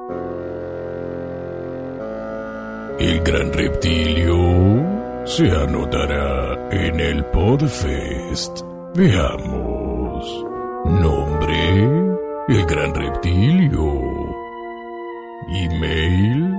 El gran reptilio se anotará en el Podfest. Veamos. Nombre: el gran reptilio. Email: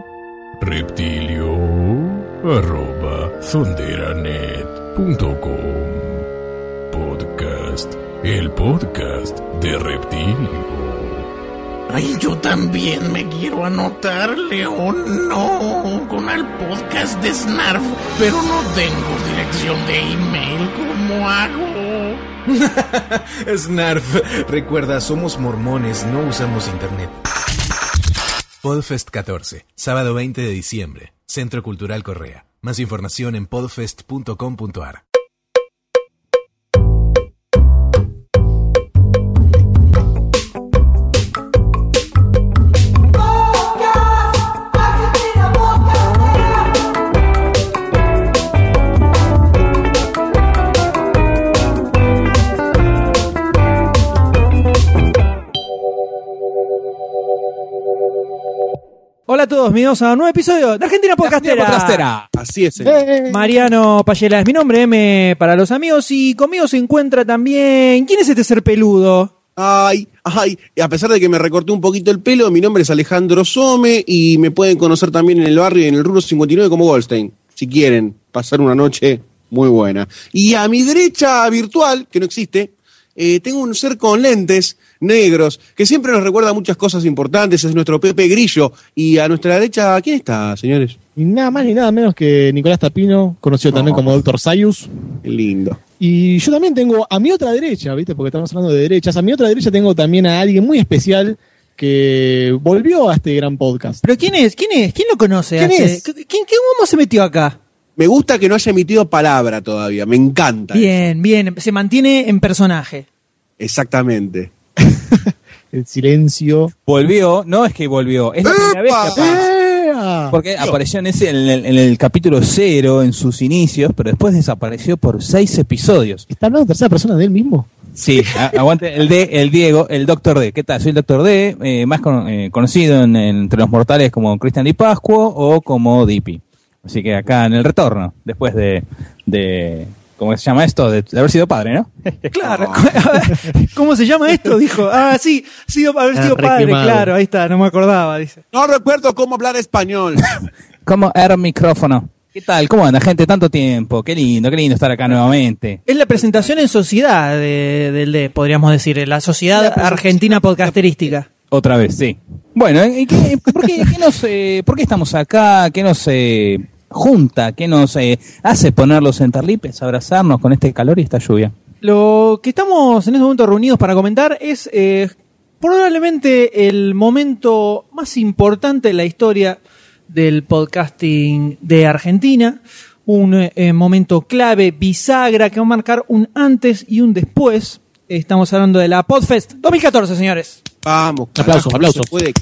reptilio@zonderanet.com. Podcast: el podcast de Reptilio. Ay, yo también me quiero anotar, León. No, con el podcast de Snarf, pero no tengo dirección de email. ¿Cómo hago? Snarf, recuerda, somos mormones, no usamos internet. Podfest 14, sábado 20 de diciembre, Centro Cultural Correa. Más información en podfest.com.ar. Hola a todos, bienvenidos a un nuevo episodio de Argentina Podcastera. Así es. Mariano Payela es mi nombre, M para los amigos, y conmigo se encuentra también... ¿Quién es este ser peludo? Ay, a pesar de que me recorté un poquito el pelo, mi nombre es Alejandro Some y me pueden conocer también en el barrio, en el Ruro 59 como Goldstein, si quieren pasar una noche muy buena. Y a mi derecha virtual, que no existe, tengo un ser con lentes negros, que siempre nos recuerda muchas cosas importantes, es nuestro Pepe Grillo. Y a nuestra derecha, ¿quién está, señores? Y nada más ni nada menos que Nicolás Tapino, conocido también como Dr. Sayus. Qué lindo. Y yo también tengo a mi otra derecha, ¿viste? Porque estamos hablando de derechas. A mi otra derecha tengo también a alguien muy especial que volvió a este gran podcast. ¿Pero quién es? ¿Quién lo conoce? ¿Quién es? ¿Cómo se metió acá? Me gusta que no haya emitido palabra todavía, me encanta. Bien, se mantiene en personaje. Exactamente. El silencio. Volvió, no es que volvió, es la primera vez que aparece. Porque apareció en el capítulo 0 en sus inicios, pero después desapareció por 6 episodios. ¿Está hablando en tercera persona de él mismo? Sí, aguante el Diego, el Dr. D. ¿Qué tal? Soy el Dr. D, más conocido entre los mortales como Cristian Di Pascuo o como Dipi. Así que acá en el retorno, después de ¿cómo se llama esto? De haber sido padre, ¿no? Claro. ¿Cómo se llama esto? Dijo. Sí, haber sido padre, claro, ahí está, no me acordaba, dice. No recuerdo cómo hablar español. ¿Cómo era micrófono? ¿Qué tal? ¿Cómo anda, gente? Tanto tiempo. Qué lindo estar acá nuevamente. Es la presentación en sociedad del D, podríamos decir, la Sociedad Argentina Podcasterística. Otra vez, sí. Bueno, ¿por qué estamos acá? ¿Qué nos junta? ¿Qué nos hace poner los enterlipes, abrazarnos con este calor y esta lluvia? Lo que estamos en este momento reunidos para comentar es probablemente el momento más importante de la historia del podcasting de Argentina. Un momento clave, bisagra, que va a marcar un antes y un después. Estamos hablando de la Podfest 2014, señores. Vamos, aplausos. No se puede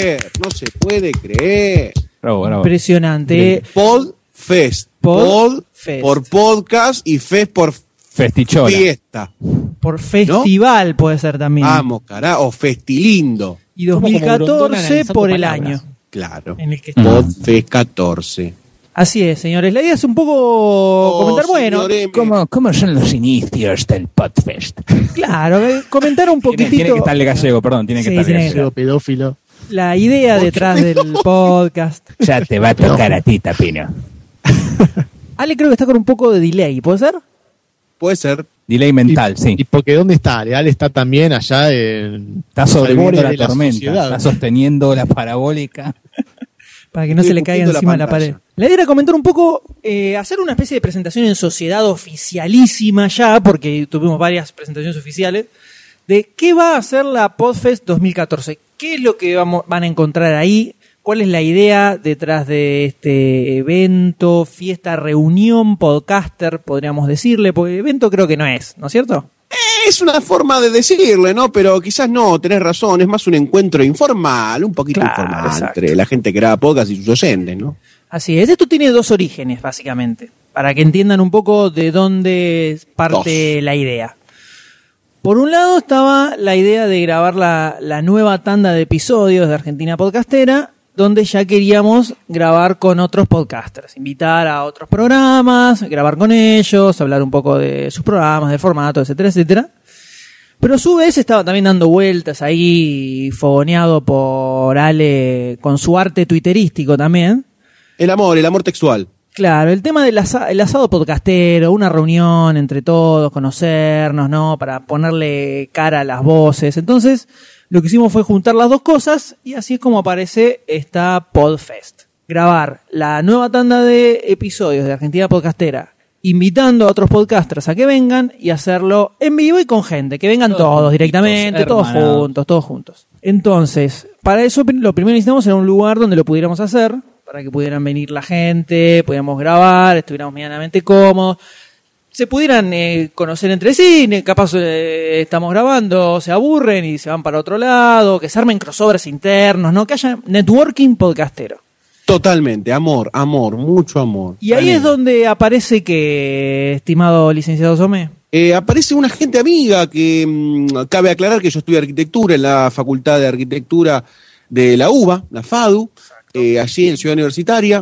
creer. Bravo. Impresionante. Podfest. Pod por podcast y fest por festichola. Fiesta. Por festival, ¿no? Puede ser también. Vamos, carajo, o festilindo. Y 2014 por el año. Claro. En el que está. Podfest 14. Así es, señores. La idea es un poco comentar, bueno, ¿Cómo son los inicios del Podfest? Claro, comentar un poquitito. Tiene que estarle gallego, perdón, tiene que estarle gallego. Pedófilo. La idea detrás del podcast. Ya te va a tocar a ti, Tapino. Ale creo que está con un poco de delay, ¿puede ser? Puede ser. Delay mental, sí. ¿Y porque dónde está? Leal está también allá en... Está sobreviviendo la de la tormenta, sociedad. está sosteniendo la parabólica. Para que no se le caiga encima la pared. La idea era comentar un poco, hacer una especie de presentación en sociedad oficialísima ya, porque tuvimos varias presentaciones oficiales, de qué va a ser la Podfest 2014. ¿Qué es lo que van a encontrar ahí? ¿Cuál es la idea detrás de este evento, fiesta, reunión, podcaster, podríamos decirle? Porque evento creo que no es, ¿no es cierto? Es una forma de decirle, ¿no? Pero quizás no, tenés razón, es más un encuentro informal, un poquito informal, exacto, entre la gente que graba podcast y sus oyentes, ¿no? Así es, esto tiene dos orígenes, básicamente, para que entiendan un poco de dónde parte la idea. Por un lado estaba la idea de grabar la nueva tanda de episodios de Argentina Podcastera, donde ya queríamos grabar con otros podcasters, invitar a otros programas, grabar con ellos, hablar un poco de sus programas, del formato, etcétera, etcétera. Pero a su vez estaba también dando vueltas ahí, fogoneado por Ale con su arte twitterístico también. El amor textual. Claro, el tema del el asado podcastero, una reunión entre todos, conocernos, ¿no? Para ponerle cara a las voces. Entonces, lo que hicimos fue juntar las dos cosas y así es como aparece esta Podfest. Grabar la nueva tanda de episodios de Argentina Podcastera, invitando a otros podcasters a que vengan y hacerlo en vivo y con gente, que vengan todos directamente, todos juntos. Entonces, para eso lo primero que necesitamos era un lugar donde lo pudiéramos hacer, para que pudieran venir la gente, pudiéramos grabar, estuviéramos medianamente cómodos, se pudieran conocer entre sí, capaz estamos grabando, se aburren y se van para otro lado, que se armen crossovers internos, ¿no? Que haya networking podcastero. Totalmente, amor, mucho amor. Y ahí es donde aparece que, estimado licenciado Somé. Aparece una gente amiga que cabe aclarar que yo estudié arquitectura en la Facultad de Arquitectura de la UBA, la FADU, allí en Ciudad Universitaria.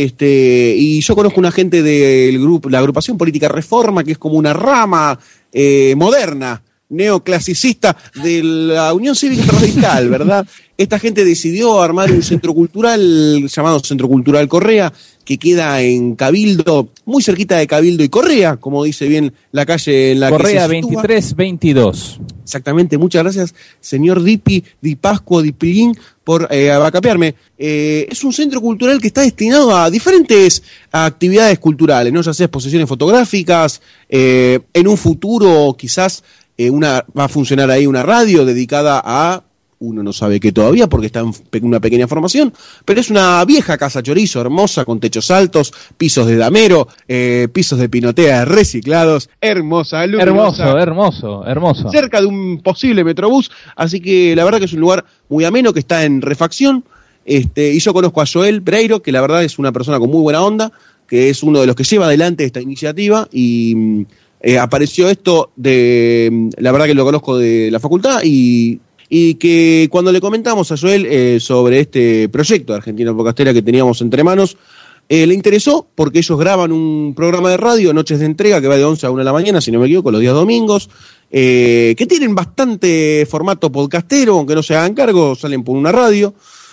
Y yo conozco una gente del grupo, la agrupación política Reforma, que es como una rama moderna, neoclasicista de la Unión Cívica Radical, ¿verdad? Esta gente decidió armar un centro cultural llamado Centro Cultural Correa, que queda en Cabildo, muy cerquita de Cabildo y Correa, como dice bien la calle en la Correa que se sitúa. 2322. Exactamente, muchas gracias, señor Di Pascuo, Di Pilín, por abacapearme. Es un centro cultural que está destinado a diferentes actividades culturales, ¿no? Ya sea exposiciones fotográficas, en un futuro quizás va a funcionar ahí una radio dedicada a, uno no sabe qué todavía porque está en una pequeña formación, pero es una vieja casa chorizo, hermosa, con techos altos, pisos de damero, pisos de pinotea reciclados, hermosa, luminosa, hermoso. cerca de un posible metrobús, así que la verdad que es un lugar muy ameno que está en refacción, y yo conozco a Joel Breiro, que la verdad es una persona con muy buena onda, que es uno de los que lleva adelante esta iniciativa y apareció esto la verdad que lo conozco de la facultad y que cuando le comentamos a Joel sobre este proyecto de Argentina Podcastera que teníamos entre manos, le interesó porque ellos graban un programa de radio, Noches de Entrega, que va de 11 a 1 de la mañana, si no me equivoco, los días domingos, que tienen bastante formato podcastero, aunque no se hagan cargo, salen por una radio.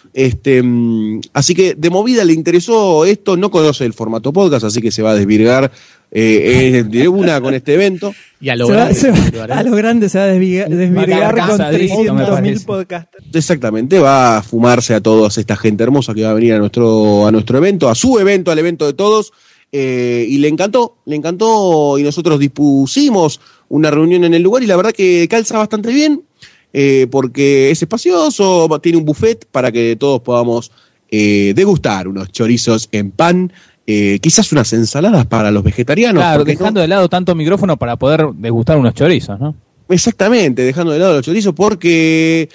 Así que de movida le interesó esto, no conoce el formato podcast, así que se va a desvirgar de una con este evento. Y a lo grande se va a desvirgar con 300.000 podcasters. Exactamente, va a fumarse a toda esta gente hermosa que va a venir a nuestro evento, a su evento, al evento de todos, y le encantó, y nosotros dispusimos una reunión en el lugar y la verdad que calza bastante bien. Porque es espacioso, tiene un buffet para que todos podamos degustar unos chorizos en pan, quizás unas ensaladas para los vegetarianos. Claro, dejando de lado tanto micrófono para poder degustar unos chorizos, ¿no? Exactamente, dejando de lado los chorizos porque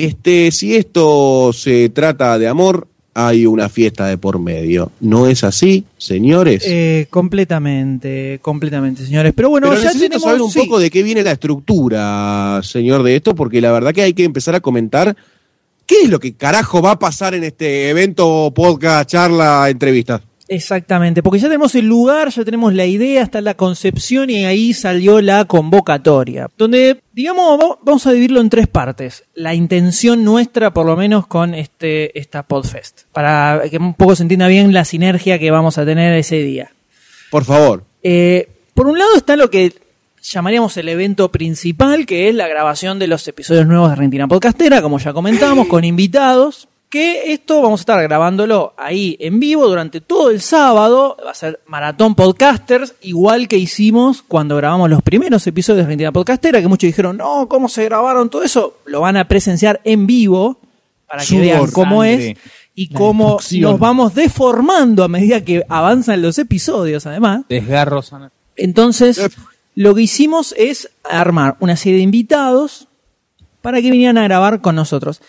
si esto se trata de amor, hay una fiesta de por medio. ¿No es así, señores? Completamente, señores. Pero bueno, ya tenemos saber un poco de qué viene la estructura, señor, de esto, porque la verdad que hay que empezar a comentar qué es lo que carajo va a pasar en este evento, podcast, charla, entrevista. Exactamente, porque ya tenemos el lugar, ya tenemos la idea, está la concepción y ahí salió la convocatoria. Donde, digamos, vamos a dividirlo en tres partes. La intención nuestra, por lo menos, con esta Podfest. Para que un poco se entienda bien la sinergia que vamos a tener ese día. Por favor. Por un lado está lo que llamaríamos el evento principal, que es la grabación de los episodios nuevos de Argentina Podcastera, como ya comentamos, con invitados. Que esto vamos a estar grabándolo ahí en vivo durante todo el sábado, va a ser Maratón Podcasters, igual que hicimos cuando grabamos los primeros episodios de Argentina Podcastera, que muchos dijeron, no, ¿cómo se grabaron todo eso? Lo van a presenciar en vivo, para que vean cómo es y cómo nos vamos deformando a medida que avanzan los episodios, además. Desgarros. Entonces, lo que hicimos es armar una serie de invitados para que vinieran a grabar con nosotros.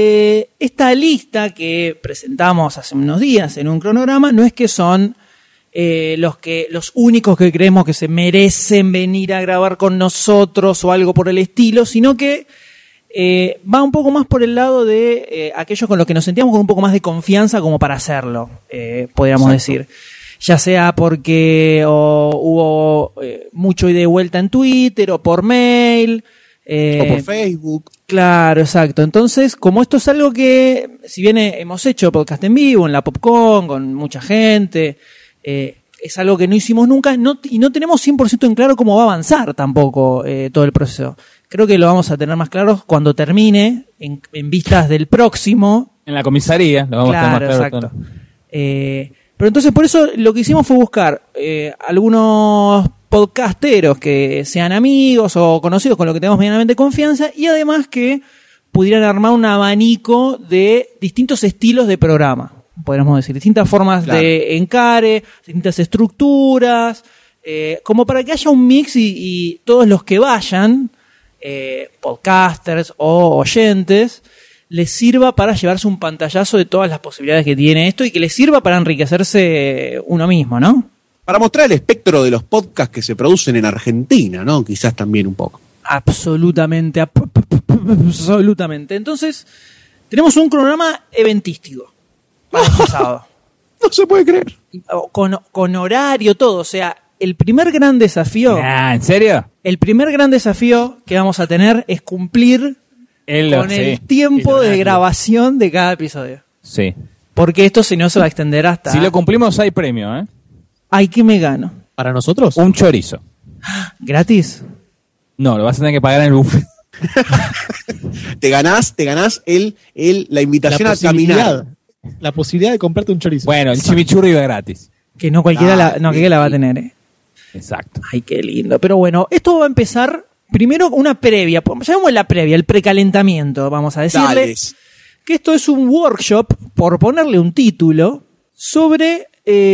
Esta lista que presentamos hace unos días en un cronograma no es que son los únicos que creemos que se merecen venir a grabar con nosotros o algo por el estilo, sino que va un poco más por el lado de aquellos con los que nos sentíamos con un poco más de confianza como para hacerlo, podríamos decir. Ya sea porque hubo mucho ida y vuelta en Twitter o por mail. O por Facebook. Claro, exacto. Entonces, como esto es algo que, si bien hemos hecho podcast en vivo, en la PopCon, con mucha gente, es algo que no hicimos nunca y no tenemos 100% en claro cómo va a avanzar tampoco todo el proceso. Creo que lo vamos a tener más claro cuando termine, en vistas del próximo. En la comisaría lo vamos a tener más claro. Exacto. Pero entonces por eso lo que hicimos fue buscar algunos podcasteros que sean amigos o conocidos con los que tenemos medianamente confianza y además que pudieran armar un abanico de distintos estilos de programa, podríamos decir, distintas formas de encare, distintas estructuras, como para que haya un mix y todos los que vayan, podcasters o oyentes, les sirva para llevarse un pantallazo de todas las posibilidades que tiene esto y que les sirva para enriquecerse uno mismo, ¿no? Para mostrar el espectro de los podcasts que se producen en Argentina, ¿no? Quizás también un poco. Absolutamente. Entonces, tenemos un cronograma eventístico para este sábado. No se puede creer. Con horario, todo. O sea, el primer gran desafío... ¿En serio? El primer gran desafío que vamos a tener es cumplir con el tiempo de grabación de cada episodio. Sí. Porque esto si no se va a extender hasta... Si lo cumplimos hay premio, ¿eh? Ay, ¿qué me gano? ¿Para nosotros? Un chorizo. ¿Gratis? No, lo vas a tener que pagar en el buffet. Te ganás la invitación a caminar. La posibilidad de comprarte un chorizo. Bueno, el chimichurri iba gratis. Que no cualquiera la va a tener, ¿eh? Exacto. Ay, qué lindo. Pero bueno, esto va a empezar primero una previa. Llamemos la previa, el precalentamiento, vamos a decirle. Dale. Que esto es un workshop, por ponerle un título, sobre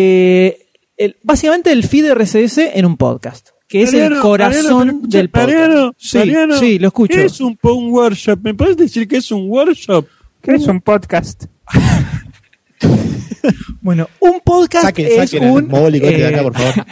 básicamente el feed RSS en un podcast. Que es el corazón del podcast. Sí, lo escucho. ¿Qué es un workshop? ¿Me puedes decir qué es un workshop? ¿Qué es un podcast? Bueno, un podcast es un... de acá, por favor.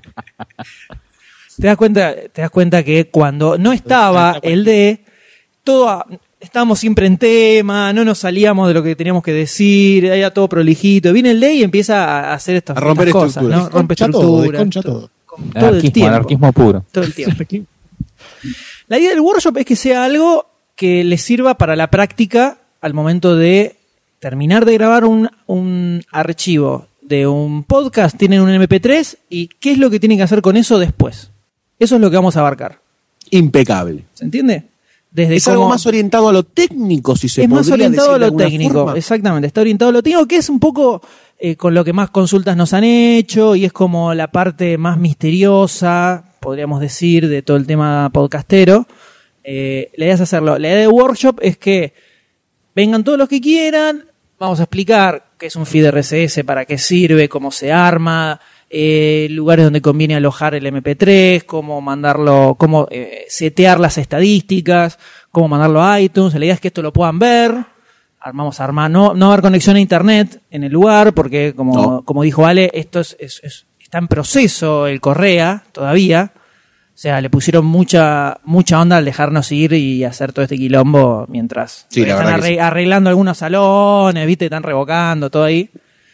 ¿Te das cuenta que cuando no estaba el D, estábamos siempre en tema, no nos salíamos de lo que teníamos que decir, era todo prolijito. Viene el D y empieza a hacer estas cosas, ¿no? Rompe estructuras. Concha todo. Todo el tiempo. Anarquismo puro. Todo el tiempo. La idea del workshop es que sea algo que les sirva para la práctica al momento de terminar de grabar un archivo de un podcast, tienen un MP3 y qué es lo que tienen que hacer con eso después. Eso es lo que vamos a abarcar. Impecable. ¿Se entiende? Es algo más orientado a lo técnico, si se podría decir. Es más orientado a lo alguna técnico, forma. exactamente. Está orientado a lo técnico, que es un poco con lo que más consultas nos han hecho y es como la parte más misteriosa, podríamos decir, de todo el tema podcastero. La idea es hacerlo. La idea de workshop es que vengan todos los que quieran, vamos a explicar qué es un feed RSS, para qué sirve, cómo se arma, lugares donde conviene alojar el MP3, cómo mandarlo, cómo setear las estadísticas, cómo mandarlo a iTunes. La idea es que esto lo puedan ver. No va a haber conexión a internet en el lugar, porque como dijo Ale, esto está en proceso el Correa todavía. O sea, le pusieron mucha onda al dejarnos ir y hacer todo este quilombo mientras están arreglando algunos salones, ¿viste? Están revocando todo ahí.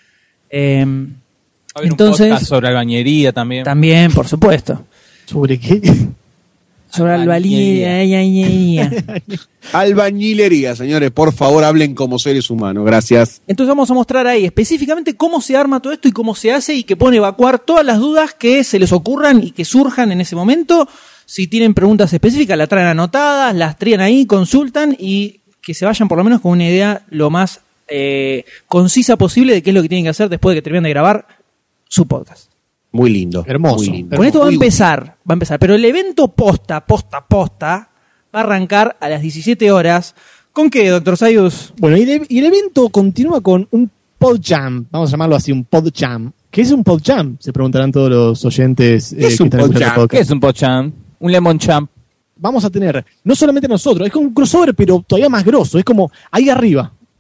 Entonces, un podcast sobre albañería también. También, por supuesto. ¿Sobre qué? Sobre albañilería. Albañilería, señores, por favor, hablen como seres humanos. Gracias. Entonces vamos a mostrar ahí específicamente cómo se arma todo esto y cómo se hace y que pueden evacuar todas las dudas que se les ocurran y que surjan en ese momento. Si tienen preguntas específicas, las traen anotadas, las traen ahí, consultan y que se vayan por lo menos con una idea lo más concisa posible de qué es lo que tienen que hacer después de que terminen de grabar su podcast. Muy lindo. Hermoso. Muy lindo. Con esto va a empezar, pero el evento posta, va a arrancar a las 17 horas. ¿Con qué, doctor Sayus? Bueno, y el evento continúa con un PodJam, vamos a llamarlo así, un PodJam. ¿Qué es un PodJam? Se preguntarán todos los oyentes ¿Qué es un PodJam? ¿Qué es un PodJam? Un Lemon Champ. Vamos a tener, no solamente nosotros, es como un crossover, pero todavía más grosso. Es como ahí arriba,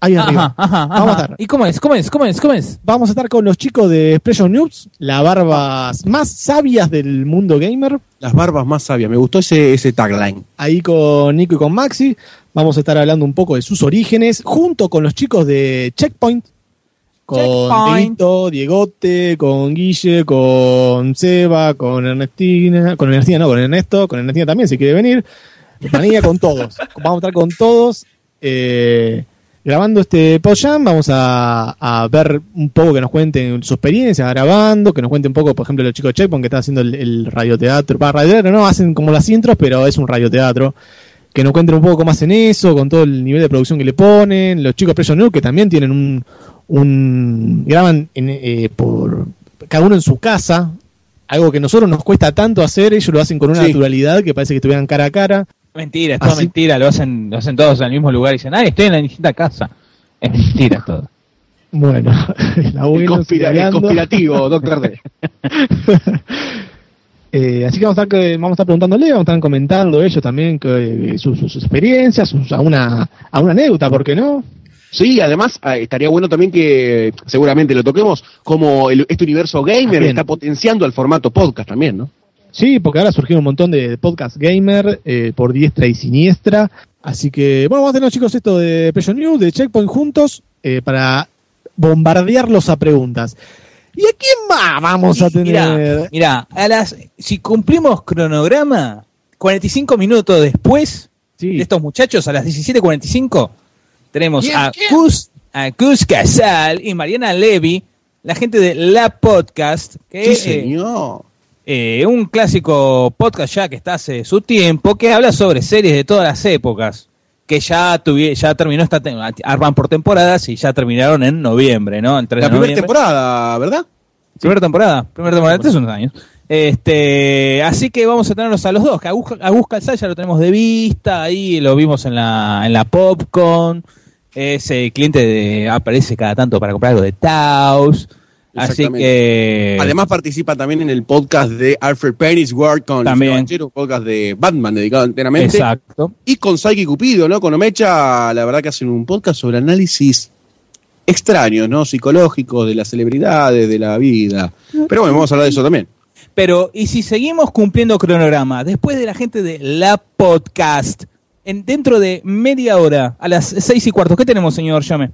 Ahí arriba. Ajá. Vamos a estar. ¿Y cómo es? Vamos a estar con los chicos de Expression News, las barbas más sabias del mundo gamer. Las barbas más sabias, me gustó ese tagline. Ahí con Nico y con Maxi. Vamos a estar hablando un poco de sus orígenes, junto con los chicos de Checkpoint. Con Dieguito, Diegote, con Guille, con Seba, con Ernestina. Con Ernesto, con Ernestina también, si quiere venir. Manía, con todos. Vamos a estar con todos. Grabando este PodJam, vamos a ver un poco que nos cuenten su experiencia grabando, que nos cuenten un poco, por ejemplo, los chicos de Checkpoint que están haciendo el radioteatro. Radioteatro no, hacen como las intros, pero es un radioteatro. Que nos cuenten un poco cómo hacen eso, con todo el nivel de producción que le ponen. Los chicos de Expression News, que también tienen graban por cada uno en su casa, algo que a nosotros nos cuesta tanto hacer, ellos lo hacen con una naturalidad que parece que estuvieran cara a cara. Mentira, es todo mentira, lo hacen todos en el mismo lugar y dicen, estoy en la distinta casa. Es mentira todo. Bueno, el abuelo es conspirativo, doctor D. Así que vamos a estar preguntándole, vamos a estar comentando ellos también sus experiencias, a una anécdota, ¿por qué no? Sí, además estaría bueno también que seguramente lo toquemos, como este universo gamer está potenciando al formato podcast también, ¿no? Sí, porque ahora surgieron un montón de podcast gamer por diestra y siniestra. Así que, bueno, vamos a tener, chicos, esto de Expression News, de Checkpoint juntos, para bombardearlos a preguntas. ¿Y a quién más vamos a tener? Mirá, si cumplimos cronograma, 45 minutos después de estos muchachos, a las 17:45, tenemos a Gus Casal y Mariana Levy, la gente de La Podcast, que sí, señor. Un clásico podcast ya que está hace su tiempo, que habla sobre series de todas las épocas, que ya terminó arman por temporadas y ya terminaron en noviembre, ¿no? La primera temporada, ¿verdad? Primera temporada de hace unos años. Así que vamos a tenerlos a los dos, que a Gus Calzal ya lo tenemos de vista, ahí lo vimos en la PopCon, ese cliente aparece cada tanto para comprar algo de Taos. Así que además participa también en el podcast de Alfred Penny's World con un podcast de Batman dedicado enteramente. Exacto. Y con Saiki Cupido, ¿no? Con Omecha, la verdad que hacen un podcast sobre análisis extraños, ¿no? Psicológicos de las celebridades, de la vida. Pero bueno, vamos a hablar de eso también. Pero, ¿y si seguimos cumpliendo cronograma? Después de la gente de La Podcast, dentro de media hora, a las 6:15, ¿qué tenemos, señor Llame?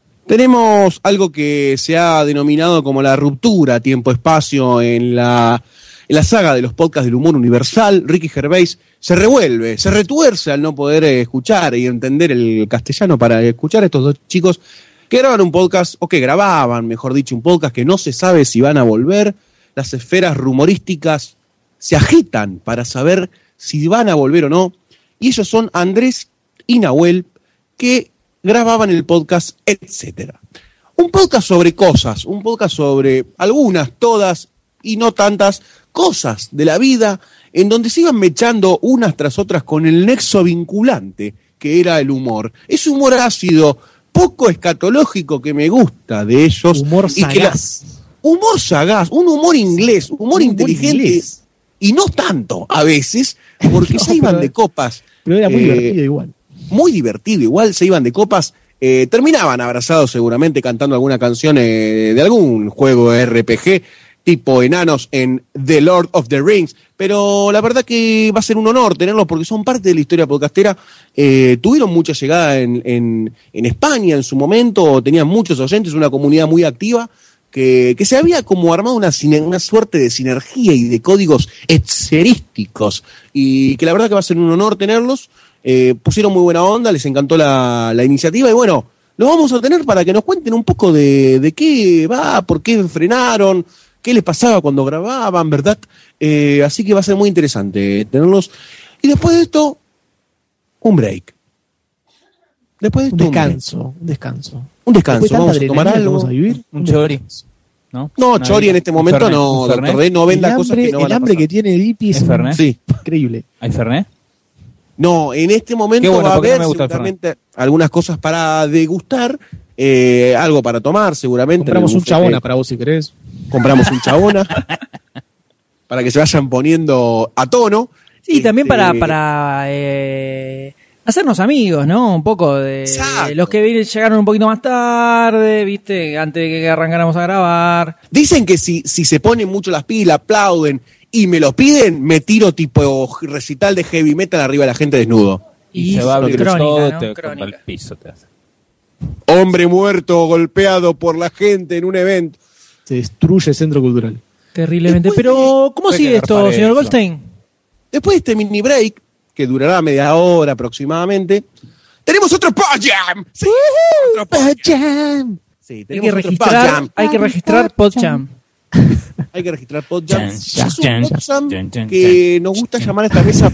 Tenemos algo que se ha denominado como la ruptura tiempo-espacio en la saga de los podcasts del humor universal. Ricky Gervais se retuerce al no poder escuchar y entender el castellano para escuchar a estos dos chicos que graban un podcast, o que grababan, mejor dicho, un podcast que no se sabe si van a volver. Las esferas rumorísticas se agitan para saber si van a volver o no. Y ellos son Andrés y Nahuel, que grababan el podcast Etcétera. Un podcast sobre cosas, un podcast sobre algunas, todas y no tantas cosas de la vida, en donde se iban mechando unas tras otras con el nexo vinculante que era el humor. Ese humor ácido, poco escatológico que me gusta de ellos. Humor sagaz. Humor sagaz, un humor inglés, humor inteligente. Y no tanto, a veces, porque se iban de copas. Pero era muy divertido igual. Muy divertido, igual se iban de copas, terminaban abrazados seguramente cantando alguna canción de algún juego RPG, tipo enanos en The Lord of the Rings, pero la verdad que va a ser un honor tenerlos porque son parte de la historia podcastera. Tuvieron mucha llegada en España en su momento, tenían muchos oyentes, una comunidad muy activa, que se había como armado una suerte de sinergia y de códigos etserísticos, y que la verdad que va a ser un honor tenerlos. Pusieron muy buena onda, les encantó la iniciativa, y bueno, los vamos a tener para que nos cuenten un poco de qué va, por qué frenaron, qué les pasaba cuando grababan, ¿verdad? Así que va a ser muy interesante tenerlos. Y después de esto, un break. Después de esto, un descanso. Vamos a tomar algo. Vamos a vivir. Un chori. No, chori en este momento no, doctor D, no venda cosas que no van a pasar. El hambre que tiene Dipi es increíble. ¿Hay Fernet? No, en este momento va a haber seguramente algunas cosas para degustar, algo para tomar seguramente. Compramos un chabona para vos si querés. Compramos un chabona para que se vayan poniendo a tono. Sí, también para hacernos amigos, ¿no? Un poco de Exacto. los que llegaron un poquito más tarde, ¿viste? Antes de que arrancáramos a grabar. Dicen que si se ponen mucho las pilas, aplauden y me lo piden, me tiro tipo recital de heavy metal arriba de la gente desnudo. Y se va a abrir crónica, todo, ¿no? te Crónica. contra el piso te hace. Hombre muerto, golpeado por la gente en un evento. Se destruye el centro cultural. Terriblemente. Después Pero, ¿cómo puede sigue quedar esto, parejo. señor Goldstein? Después de este mini break, que durará media hora aproximadamente, tenemos otro Podjam. Sí, otro Podjam. Sí, Hay tenemos que otro registrar, Podjam. hay que registrar Podjam. Hay que registrar Podjam. Chan, Ya es un chan, Podjam chan, que chan, nos gusta chan. llamar a esta mesa.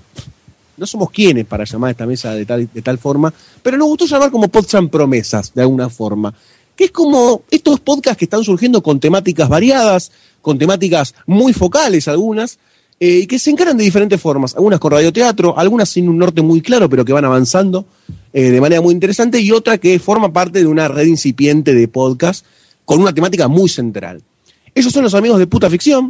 No somos quienes para llamar a esta mesa de tal forma, pero nos gustó llamar como Podjam Promesas, de alguna forma. Que es como estos podcasts que están surgiendo con temáticas variadas, con temáticas muy focales algunas, y que se encaran de diferentes formas. Algunas con radioteatro, algunas sin un norte muy claro, pero que van avanzando de manera muy interesante, y otra que forma parte de una red incipiente de podcast con una temática muy central. Ellos son los amigos de Puta Ficción,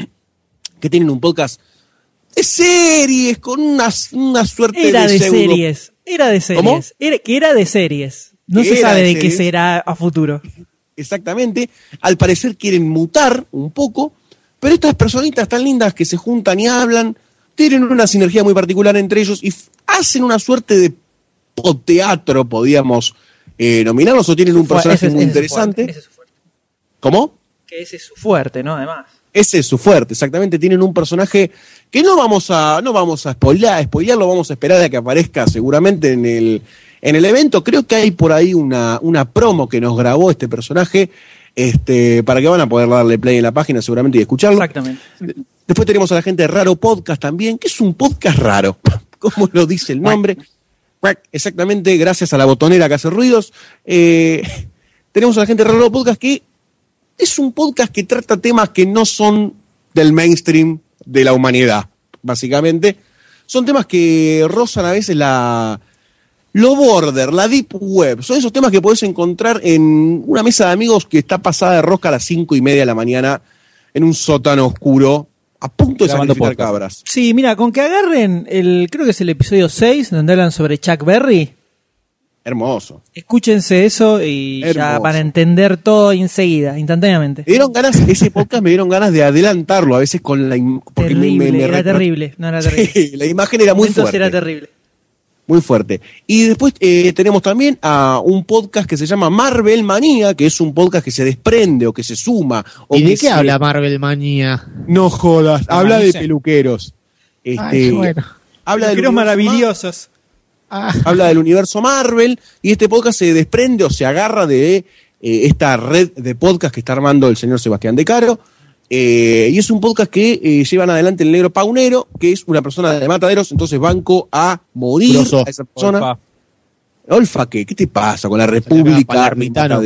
que tienen un podcast de series, con una suerte Era de pseudo- series. Era de series. ¿Cómo? Era de series. No Que se era sabe de de qué series. será a futuro. Exactamente. Al parecer quieren mutar un poco, pero estas personitas tan lindas que se juntan y hablan, tienen una sinergia muy particular entre ellos y hacen una suerte de podteatro, podríamos nominarlos, o tienen un personaje muy interesante. Ese es su fuerte. ¿Cómo? Que ese es su fuerte, ¿no? Además. Ese es su fuerte, exactamente. Tienen un personaje que no vamos a spoilearlo, vamos a esperar a que aparezca seguramente en el evento. Creo que hay por ahí una promo que nos grabó este personaje, para que van a poder darle play en la página seguramente y escucharlo. Exactamente. Después tenemos a la gente de Raro Podcast también, que es un podcast raro, como lo dice el nombre. Exactamente, gracias a la botonera que hace ruidos. Tenemos a la gente de Raro Podcast, que es un podcast que trata temas que no son del mainstream de la humanidad, básicamente. Son temas que rozan a veces lo border, la deep web. Son esos temas que podés encontrar en una mesa de amigos que está pasada de rosca a las 5:30 de la mañana en un sótano oscuro, a punto de Grabando sacrificar podcast. cabras. Sí, mira, con que agarren creo que es el episodio 6, donde hablan sobre Chuck Berry. Hermoso. Escúchense eso y ya Hermoso. van a entender todo enseguida, instantáneamente. Ese podcast me dieron ganas de adelantarlo a veces con porque Terrible, era recuerdo- terrible. No era terrible. Sí, la imagen era muy Momentos fuerte. era terrible. Muy fuerte. Y después tenemos también a un podcast que se llama Marvel Manía, que es un podcast que se desprende o que se suma. O ¿Y de que qué se- habla Marvel Manía? No jodas, habla de Manice. peluqueros. Ay, bueno. Habla del Peluqueros universo maravillosos. habla del universo Marvel, y este podcast se desprende o se agarra de esta red de podcast que está armando el señor Sebastián De Caro, y es un podcast que llevan adelante el Negro Paunero, que es una persona de Mataderos, entonces banco a morir Grosso. a esa persona. Olfa. Olfa, ¿qué te pasa con la República? Palermitano.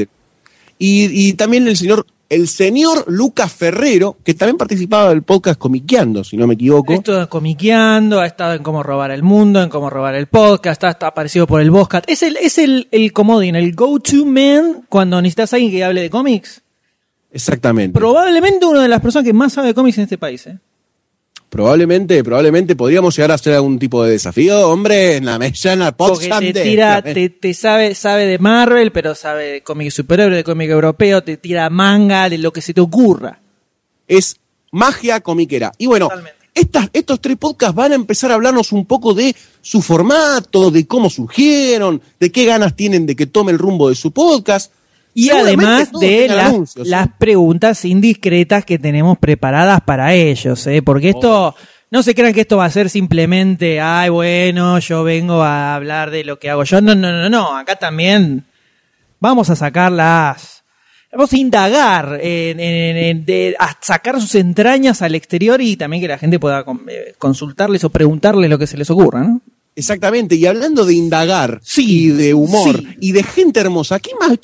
Y también el señor Lucas Ferrero, que también participaba del podcast Comiqueando, si no me equivoco. Esto comiqueando, ha estado en Cómo Robar el Mundo, en Cómo Robar el Podcast, está aparecido por el Boscat. Es el comodín, el go-to man cuando necesitas a alguien que hable de cómics. Exactamente. Probablemente una de las personas que más sabe de cómics en este país. Probablemente podríamos llegar a hacer algún tipo de desafío, hombre, en la mesa, en la Porque podcast. te tira, te sabe de Marvel, pero sabe de cómic superhéroe, de cómic europeo, te tira manga, de lo que se te ocurra. Es magia comiquera. Y bueno, Totalmente. estos tres podcasts van a empezar a hablarnos un poco de su formato, de cómo surgieron, de qué ganas tienen de que tome el rumbo de su podcast. Y Seguramente además todos de tengan anuncios, ¿eh? las preguntas indiscretas que tenemos preparadas para ellos, porque esto, no se crean que esto va a ser simplemente, ay, bueno, yo vengo a hablar de lo que hago yo. No, acá también vamos a sacarlas, vamos a indagar, a sacar sus entrañas al exterior y también que la gente pueda consultarles o preguntarles lo que se les ocurra, ¿no? Exactamente, y hablando de indagar Sí, y de humor sí. y de gente hermosa, ¿qué más?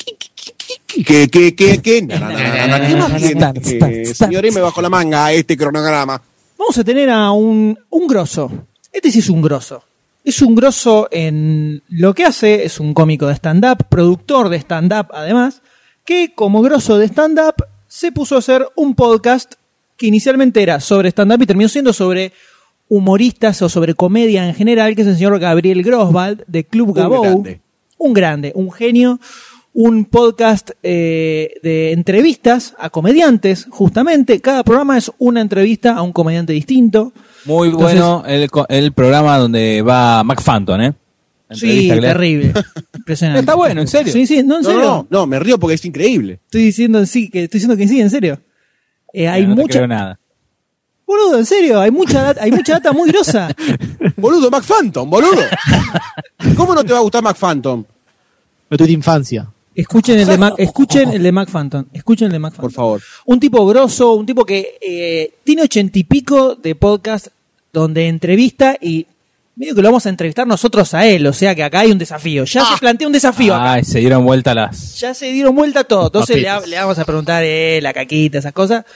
¿Qué más tiene? Señores, me bajo la manga a este cronograma. Vamos a tener a un grosso. Este sí es un grosso. Es un grosso en lo que hace, es un cómico de stand-up, productor de stand-up además, que como grosso de stand-up se puso a hacer un podcast que inicialmente era sobre stand-up y terminó siendo sobre humoristas o sobre comedia en general, que es el señor Gabriel Groswald, de Club Gabou. Un grande, un genio. Un podcast de entrevistas a comediantes, justamente. Cada programa es una entrevista a un comediante distinto. Muy bueno el programa donde va Mac Phantom, ¿eh? Sí, terrible. Impresionante. Está bueno, en serio. Sí, no, en serio. No, me río porque es increíble. Estoy diciendo que sí, en serio. Hay no mucha... te creo nada. Boludo, en serio, hay mucha data muy grosa. Boludo, Mac Phantom, boludo. ¿Cómo no te va a gustar Mac Phantom? No tuve infancia. Escuchen el de Mac Phantom. Por favor. Un tipo grosso, un tipo que tiene 80 y pico de podcast donde entrevista y medio que lo vamos a entrevistar nosotros a él. O sea que acá hay un desafío. Ya se plantea un desafío acá. Ay, se dieron vuelta Ya se dieron vuelta todo. Entonces le vamos a preguntar la caquita, esas cosas.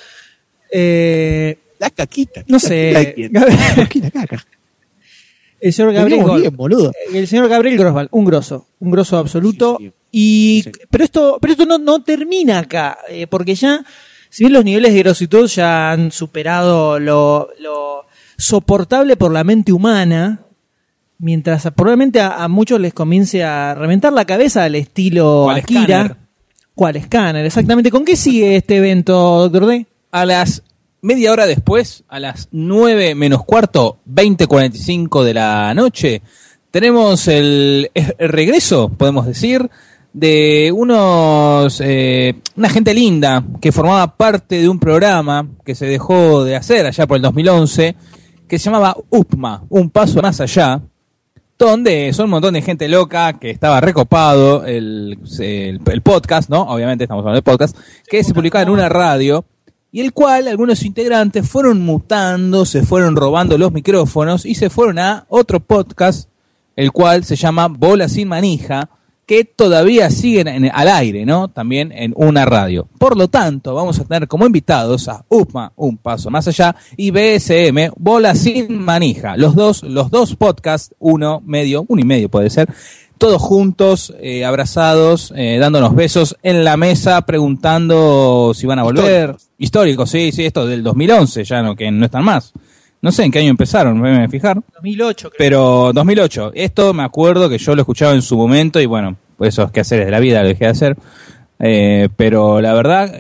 La caquita. No sé. Caquita, caca. El señor Gabriel bien, boludo. El señor Gabriel Groswald, un grosso absoluto. Sí. Pero esto no termina acá, porque ya, si bien los niveles de grositud ya han superado lo soportable por la mente humana, mientras probablemente a muchos les comience a reventar la cabeza al estilo Akira. ¿Cuál escáner? Exactamente. ¿Con qué sigue este evento, Dr. D? A las media hora después, a las 9 menos cuarto, 20:45 de la noche, tenemos el regreso, podemos decir, de una gente linda que formaba parte de un programa que se dejó de hacer allá por el 2011, que se llamaba UPMA, Un Paso Más Allá, donde son un montón de gente loca que estaba recopado el podcast, ¿no? Obviamente estamos hablando de podcast, que se publicaba en una radio, y el cual algunos integrantes fueron mutando, se fueron robando los micrófonos y se fueron a otro podcast, el cual se llama Bola Sin Manija, que todavía siguen al aire, ¿no? También en una radio. Por lo tanto, vamos a tener como invitados a UPMA, Un Paso Más Allá, y BSM, Bola Sin Manija. Los dos podcasts, uno y medio puede ser, todos juntos, abrazados, dándonos besos en la mesa, preguntando si van a volver. Históricos, sí, esto del 2011, ya no, que no están más. No sé en qué año empezaron, me voy a fijar. 2008, creo. Pero 2008. Esto me acuerdo que yo lo escuchaba en su momento y bueno, pues esos quehaceres de la vida lo dejé de hacer. Pero la verdad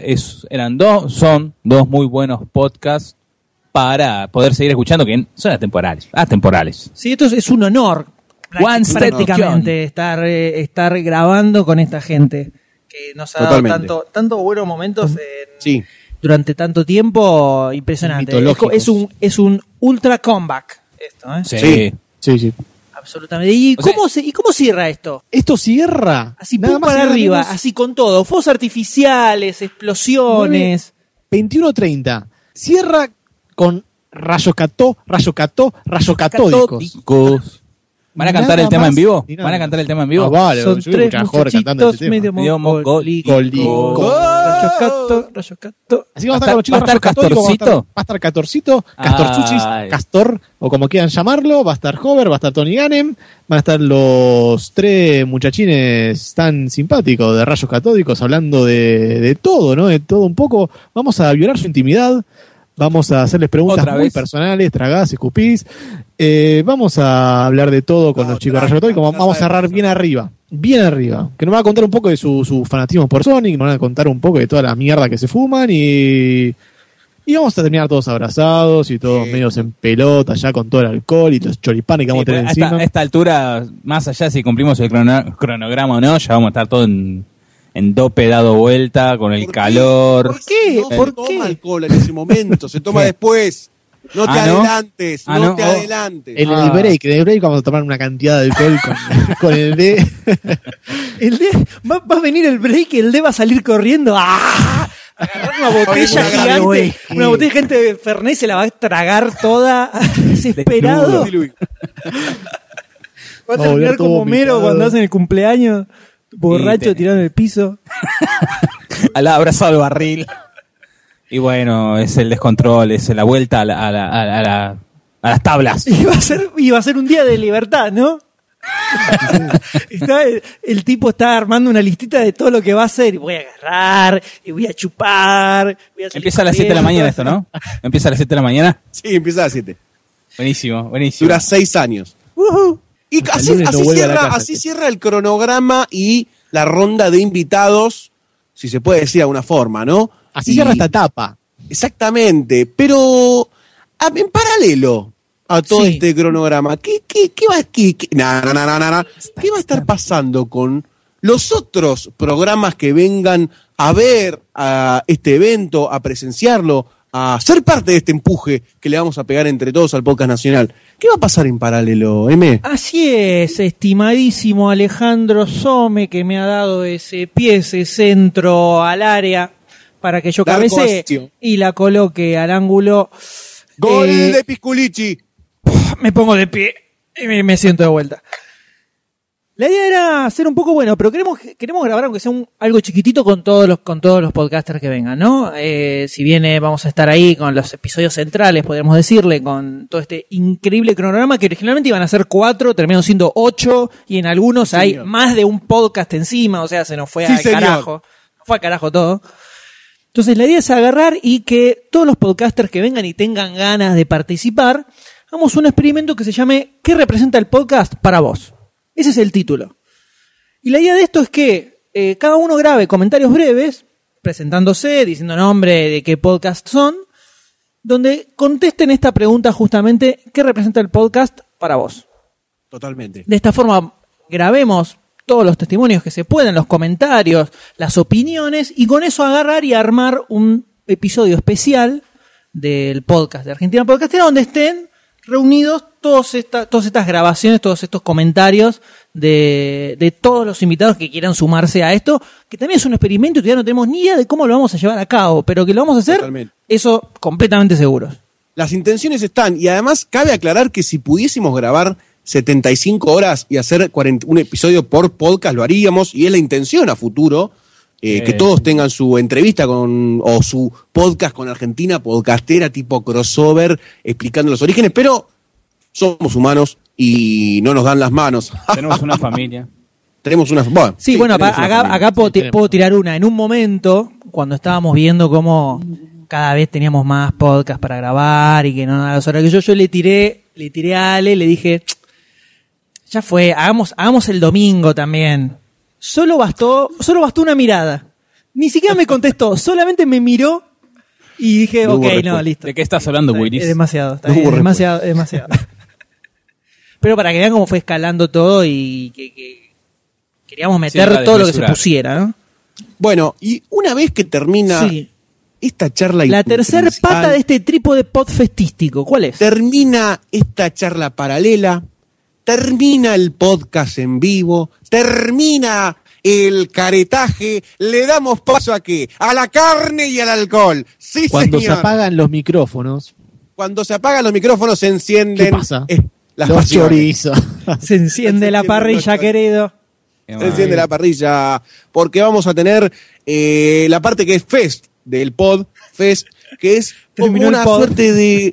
son dos muy buenos podcasts para poder seguir escuchando, que son atemporales. Sí, esto es un honor prácticamente estar grabando con esta gente que nos ha dado tantos buenos momentos durante tanto tiempo. Impresionante. Es un ultra comeback esto, ¿eh? Sí. Absolutamente. ¿Y cómo cierra esto? Esto cierra así pum para arriba, así con todo, fuegos artificiales, explosiones. 21:30. Cierra con rayos catódicos. ¿Van a cantar el tema en vivo? ¿Van a cantar el tema en vivo? Vale, son tres muchachitos medio mongólicos. Rayos cato. Así vamos a estar con los chicos. ¿Va a estar Castorcito? Va a estar Castorcito, Castorchuchis, Castor, o como quieran llamarlo. Va a estar Hover, va a estar Tony Gannem. Van a estar los tres muchachines tan simpáticos de Rayos Catódicos hablando de todo, ¿no? De todo un poco. Vamos a violar su intimidad. Vamos a hacerles preguntas muy personales, tragás, escupís. Vamos a hablar de todo con los chicos de Rayos Catódicos. Vamos a cerrar bien arriba. Que nos va a contar un poco de su fanatismo por Sonic, nos van a contar un poco de toda la mierda que se fuman y vamos a terminar todos abrazados y todos medios en pelota ya con todo el alcohol y los choripanes que vamos a tener encima. A esta altura, más allá si cumplimos el cronograma o no, ya vamos a estar todos en dope dado vuelta con el calor. ¿Por qué? No se toma alcohol en ese momento, se toma después. No te adelantes. En el break vamos a tomar una cantidad de alcohol con el D. El D va a venir el break y el D va a salir corriendo. ¡Ah! Agarrar una botella gigante. Una botella gigante de Fernet se la va a tragar toda desesperado. Va a terminar como Homero cuando hacen el cumpleaños. Borracho tirado en el piso. Abrazado al barril. Y bueno, es el descontrol, es la vuelta a las tablas. Y va a ser un día de libertad, ¿no? El tipo está armando una listita de todo lo que va a hacer. Y voy a agarrar, y voy a chupar. Empieza a las 7 de la mañana esto, ¿no? ¿Empieza a las 7 de la mañana? Sí, empieza a las 7. Buenísimo, buenísimo. Dura 6 años. Y así cierra el cronograma y la ronda de invitados, si se puede decir de alguna forma, ¿no? Así cierra esta etapa. Exactamente, pero en paralelo a todo este cronograma, ¿qué va a estar pasando con los otros programas que vengan a ver a este evento, a presenciarlo, a ser parte de este empuje que le vamos a pegar entre todos al podcast nacional? ¿Qué va a pasar en paralelo, M? Así es, estimadísimo Alejandro Some, que me ha dado ese pie, ese centro al área para que yo cabecee y la coloque al ángulo. ¡Gol de Pisculichi! Me pongo de pie y me siento de vuelta. La idea era hacer un poco bueno, pero queremos grabar aunque sea algo chiquitito con todos los podcasters que vengan, ¿no? Si bien vamos a estar ahí con los episodios centrales, podríamos decirle, con todo este increíble cronograma que originalmente iban a ser 4, terminaron siendo 8 y en algunos hay más de un podcast encima, o sea, se nos fue al carajo. Fue al carajo todo. Entonces la idea es agarrar y que todos los podcasters que vengan y tengan ganas de participar, hagamos un experimento que se llame ¿Qué representa el podcast para vos? Ese es el título. Y la idea de esto es que cada uno grabe comentarios breves, presentándose, diciendo nombre de qué podcast son, donde contesten esta pregunta justamente, ¿qué representa el podcast para vos? Totalmente. De esta forma grabemos todos los testimonios que se puedan, los comentarios, las opiniones, y con eso agarrar y armar un episodio especial del podcast de Argentina Podcastera, donde estén reunidos todas estas grabaciones, todos estos comentarios de todos los invitados que quieran sumarse a esto, que también es un experimento y todavía no tenemos ni idea de cómo lo vamos a llevar a cabo, pero que lo vamos a hacer, totalmente. Eso completamente seguros. Las intenciones están, y además cabe aclarar que si pudiésemos grabar 75 horas y hacer un episodio por podcast, lo haríamos, y es la intención a futuro, que todos tengan su entrevista o su podcast con Argentina Podcastera tipo crossover, explicando los orígenes, pero somos humanos y no nos dan las manos. Tenemos una familia. Tenemos una familia. Sí, bueno, acá puedo tirar una. En un momento, cuando estábamos viendo cómo cada vez teníamos más podcast para grabar y que no a las horas que yo le tiré a Ale, le dije, ya fue, hagamos el domingo también. Solo bastó una mirada. Ni siquiera me contestó, solamente me miró y dije, listo. ¿De qué estás hablando, Willis? Es demasiado, demasiado. Pero para que vean cómo fue escalando todo y que queríamos meter todo lo que se pusiera, ¿no? Bueno, y una vez que termina esta charla, la tercera pata de este trípode podfestístico, ¿cuál es? Termina esta charla paralela, termina el podcast en vivo, termina el caretaje, le damos paso ¿a qué? A la carne y al alcohol. Sí, Cuando señor. se apagan los micrófonos. Cuando se apagan los micrófonos se encienden. ¿Qué pasa? Los chorizos. Se enciende la parrilla, querido. Se enciende la parrilla, porque vamos a tener la parte que es Fest del Pod Fest, que es como una suerte de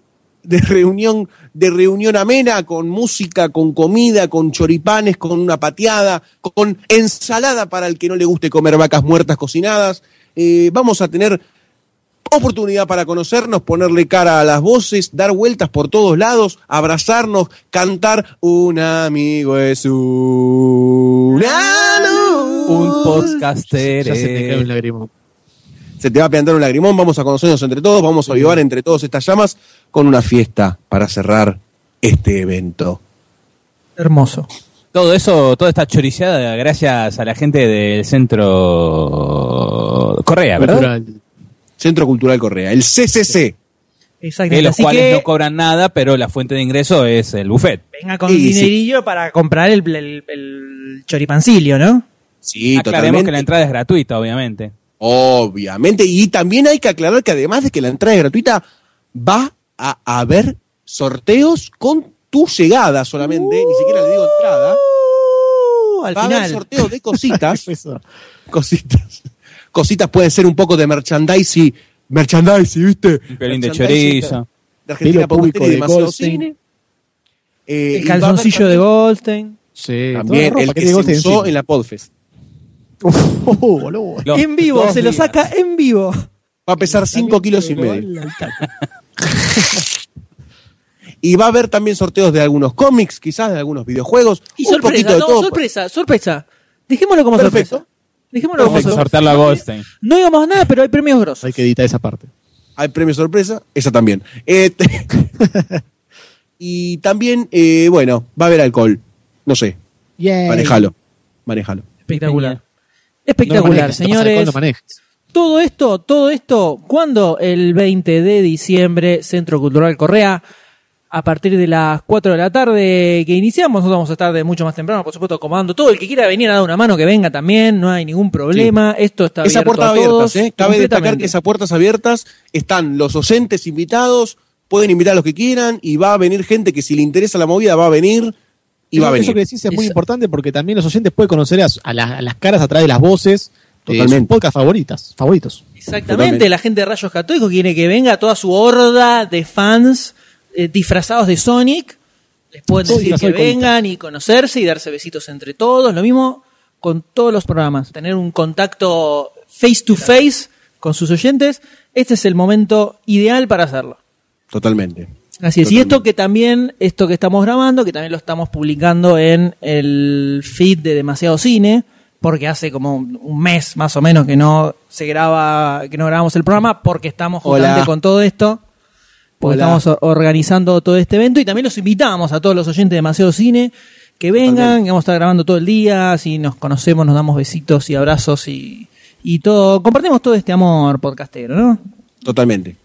reunión amena, con música, con comida, con choripanes, con una pateada, con ensalada para el que no le guste comer vacas muertas cocinadas. Vamos a tener oportunidad para conocernos, ponerle cara a las voces, dar vueltas por todos lados, abrazarnos, cantar Un amigo es una luz. Un podcaster. Ya se te cae un lagrimón. Se te va a plantar un lagrimón, vamos a conocernos entre todos, vamos a avivar entre todos estas llamas con una fiesta para cerrar este evento. Hermoso. Toda esta choriceada gracias a la gente del Centro Correa, ¿verdad? Cultural. Centro Cultural Correa, el CCC. Exactamente. Los cuales no cobran nada, pero la fuente de ingreso es el buffet. Venga con dinerillo para comprar el choripancillo, ¿no? Sí, Aclaremos totalmente. que la entrada es gratuita, obviamente. Obviamente, y también hay que aclarar que además de que la entrada es gratuita, va a haber sorteos con tu llegada solamente, ni siquiera le digo entrada. Al va final. a haber sorteos de cositas. Cositas pueden ser un poco de merchandising, ¿viste? Un pelín de chorizo. De Argentina Podcastera y demasiado cine. El calzoncillo de Goldstein. Sí, también el que se usó en la Podfest. Boludo. En vivo, se lo saca en vivo. Va a pesar 5 kilos y medio. Y va a haber también sorteos de algunos cómics, quizás de algunos videojuegos. Y un poquito de todo. sorpresa. Dejémoslo como Perfecto. sorpresa. Dejémoslo como Vamos a sorpresa. sortearlo a Goldstein. No digamos más nada, pero hay premios grosos. Hay que editar esa parte. Hay premio sorpresa, esa también. Y también, bueno, va a haber alcohol. No sé, Yay. manejalo. Espectacular. No Espectacular, manejes, si tomas alcohol, señores. no manejes. Todo esto, ¿cuándo? El 20 de diciembre, Centro Cultural Correa, a partir de las 4 de la tarde que iniciamos. Nosotros vamos a estar de mucho más temprano, por supuesto, acomodando todo. El que quiera venir a dar una mano, que venga también, no hay ningún problema. Esto está Esa abierto puerta a todos. abiertas, Cabe destacar completamente. que esas puertas abiertas están los oyentes invitados, pueden invitar a los que quieran y va a venir gente que si le interesa la movida va a venir y va a venir. Eso que decís es muy Eso. importante porque también los oyentes pueden conocer a las caras a través de las voces de sus Totalmente. podcasts favoritos. Exactamente, Totalmente. la gente de Rayos Católicos quiere que venga toda su horda de fans disfrazados de Sonic. Les pueden Todo decir que disfrazado de colita. vengan y conocerse y darse besitos entre todos. Lo mismo con todos los programas. Tener un contacto face to face con sus oyentes. Este es el momento ideal para hacerlo. Totalmente. Así es. Y esto que estamos grabando, que también lo estamos publicando en el feed de Demasiado Cine, porque hace como un mes más o menos que no grabamos el programa, porque estamos justamente Hola. con todo esto, porque Hola. estamos organizando todo este evento y también los invitamos a todos los oyentes de Demasiado Cine que vengan, que vamos a estar grabando todo el día, así nos conocemos, nos damos besitos y abrazos y todo, compartimos todo este amor podcastero, ¿no? Totalmente.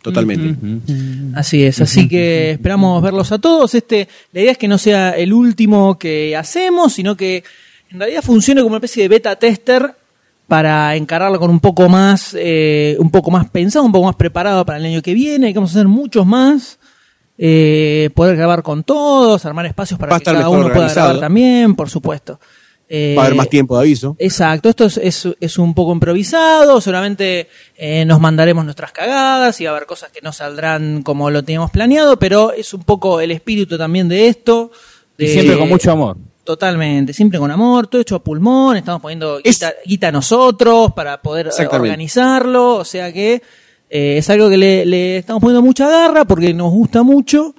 Así es, así que esperamos verlos a todos. La idea es que no sea el último que hacemos, sino que en realidad funcione como una especie de beta tester para encararlo con un poco más pensado, un poco más preparado para el año que viene, que vamos a hacer muchos más, poder grabar con todos, armar espacios Va a para que estar cada mejor uno pueda organizado. grabar también, por supuesto. Va a haber más tiempo de aviso. Exacto, esto es un poco improvisado, seguramente nos mandaremos nuestras cagadas y va a haber cosas que no saldrán como lo teníamos planeado, pero es un poco el espíritu también de esto. Y siempre con mucho amor. Totalmente, siempre con amor, todo hecho a pulmón, estamos poniendo guita nosotros para poder organizarlo, o sea que es algo que le estamos poniendo mucha garra porque nos gusta mucho.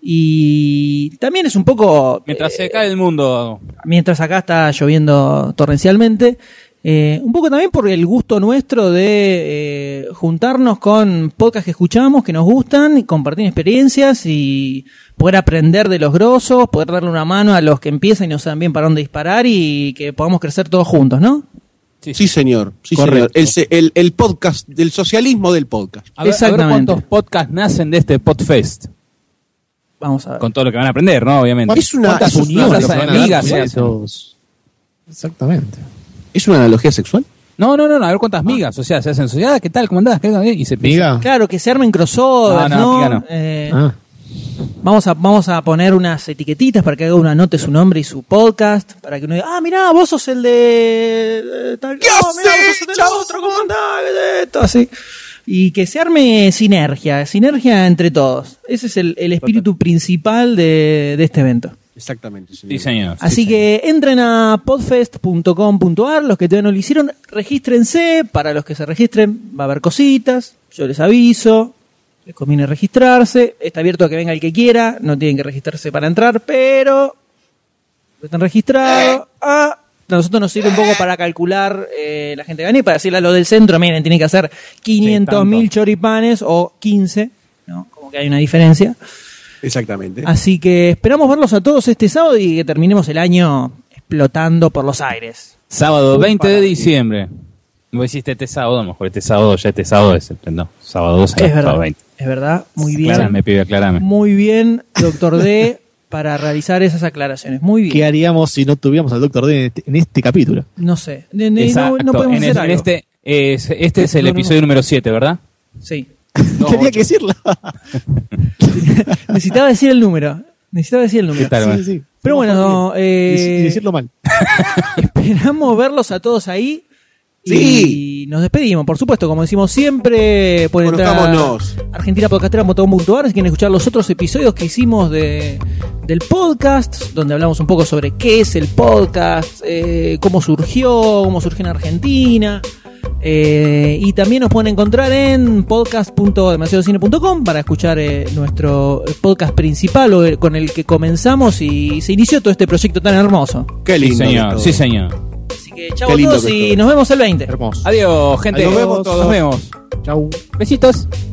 Y también es un poco... Mientras se cae el mundo. Mientras acá está lloviendo torrencialmente. Un poco también por el gusto nuestro de juntarnos con podcasts que escuchamos, que nos gustan, y compartir experiencias y poder aprender de los grosos, poder darle una mano a los que empiezan y no saben bien para dónde disparar y que podamos crecer todos juntos, ¿no? Sí, señor. Sí, Correcto. señor. El podcast, del socialismo del podcast. A ver Exactamente. cuántos podcasts nacen de este Podfest. Vamos a ver. Con todo lo que van a aprender, ¿no? Obviamente. Es una ¿Cuántas uniones uniones se van a dar amigas con se esos? Exactamente. ¿Es una analogía sexual? No, a ver cuántas migas, o sea, se hacen sociedad, ¿qué tal? ¿Cómo andás? Y se empieza. Miga. Claro, que se armen crossovers, No, amiga, no. Vamos a poner unas etiquetitas para que cada uno anote su nombre y su podcast, para que uno diga, mirá, vos sos el de tal, ¿Qué no, mirá, haces, vos sos el chabón? otro, ¿cómo andás? ¿Qué es esto? Así. Y que se arme sinergia entre todos. Ese es el espíritu principal de este evento. Exactamente, señor. Sí, señor. Así que entren a podfest.com.ar, los que todavía no lo hicieron, regístrense, para los que se registren va a haber cositas, yo les aviso, les conviene registrarse, está abierto a que venga el que quiera, no tienen que registrarse para entrar, pero están registrados. A nosotros nos sirve un poco para calcular la gente que viene y para decirle a lo del centro, miren, tienen que hacer 500.000 choripanes o 15, ¿no? Como que hay una diferencia. Exactamente. Así que esperamos verlos a todos este sábado y que terminemos el año explotando por los aires. Sábado 20 de diciembre. Vos hiciste este sábado, a lo mejor este sábado es el no, sábado 12, Es verdad, sábado 20. es verdad, muy bien. Aclárame, pibe, aclárame. Muy bien, doctor D, para realizar esas aclaraciones. Muy bien. ¿Qué haríamos si no tuviéramos al Dr. D en este capítulo? No sé, Exacto. no podemos hacer algo. este es el episodio número 7, ¿verdad? Sí. Tenía que decirlo. Necesitaba decir el número. ¿Qué tal, Sí, man? sí. Pero bueno, Y decirlo mal. esperamos verlos a todos ahí. Sí. Y nos despedimos, por supuesto, como decimos siempre, pueden entrar Conozcámonos. a argentinapodcastera.com.ar si quieren escuchar los otros episodios que hicimos del podcast, donde hablamos un poco sobre qué es el podcast, cómo surgió en Argentina, Y también nos pueden encontrar en podcast.demasiadocine.com para escuchar nuestro podcast principal con el que comenzamos y se inició todo este proyecto tan hermoso. Qué lindo. Sí, señor. Sí, señor. Así que chau a todos y nos vemos el 20. Hermoso. Adiós, gente. Nos vemos todos. Nos vemos. Chau. Besitos.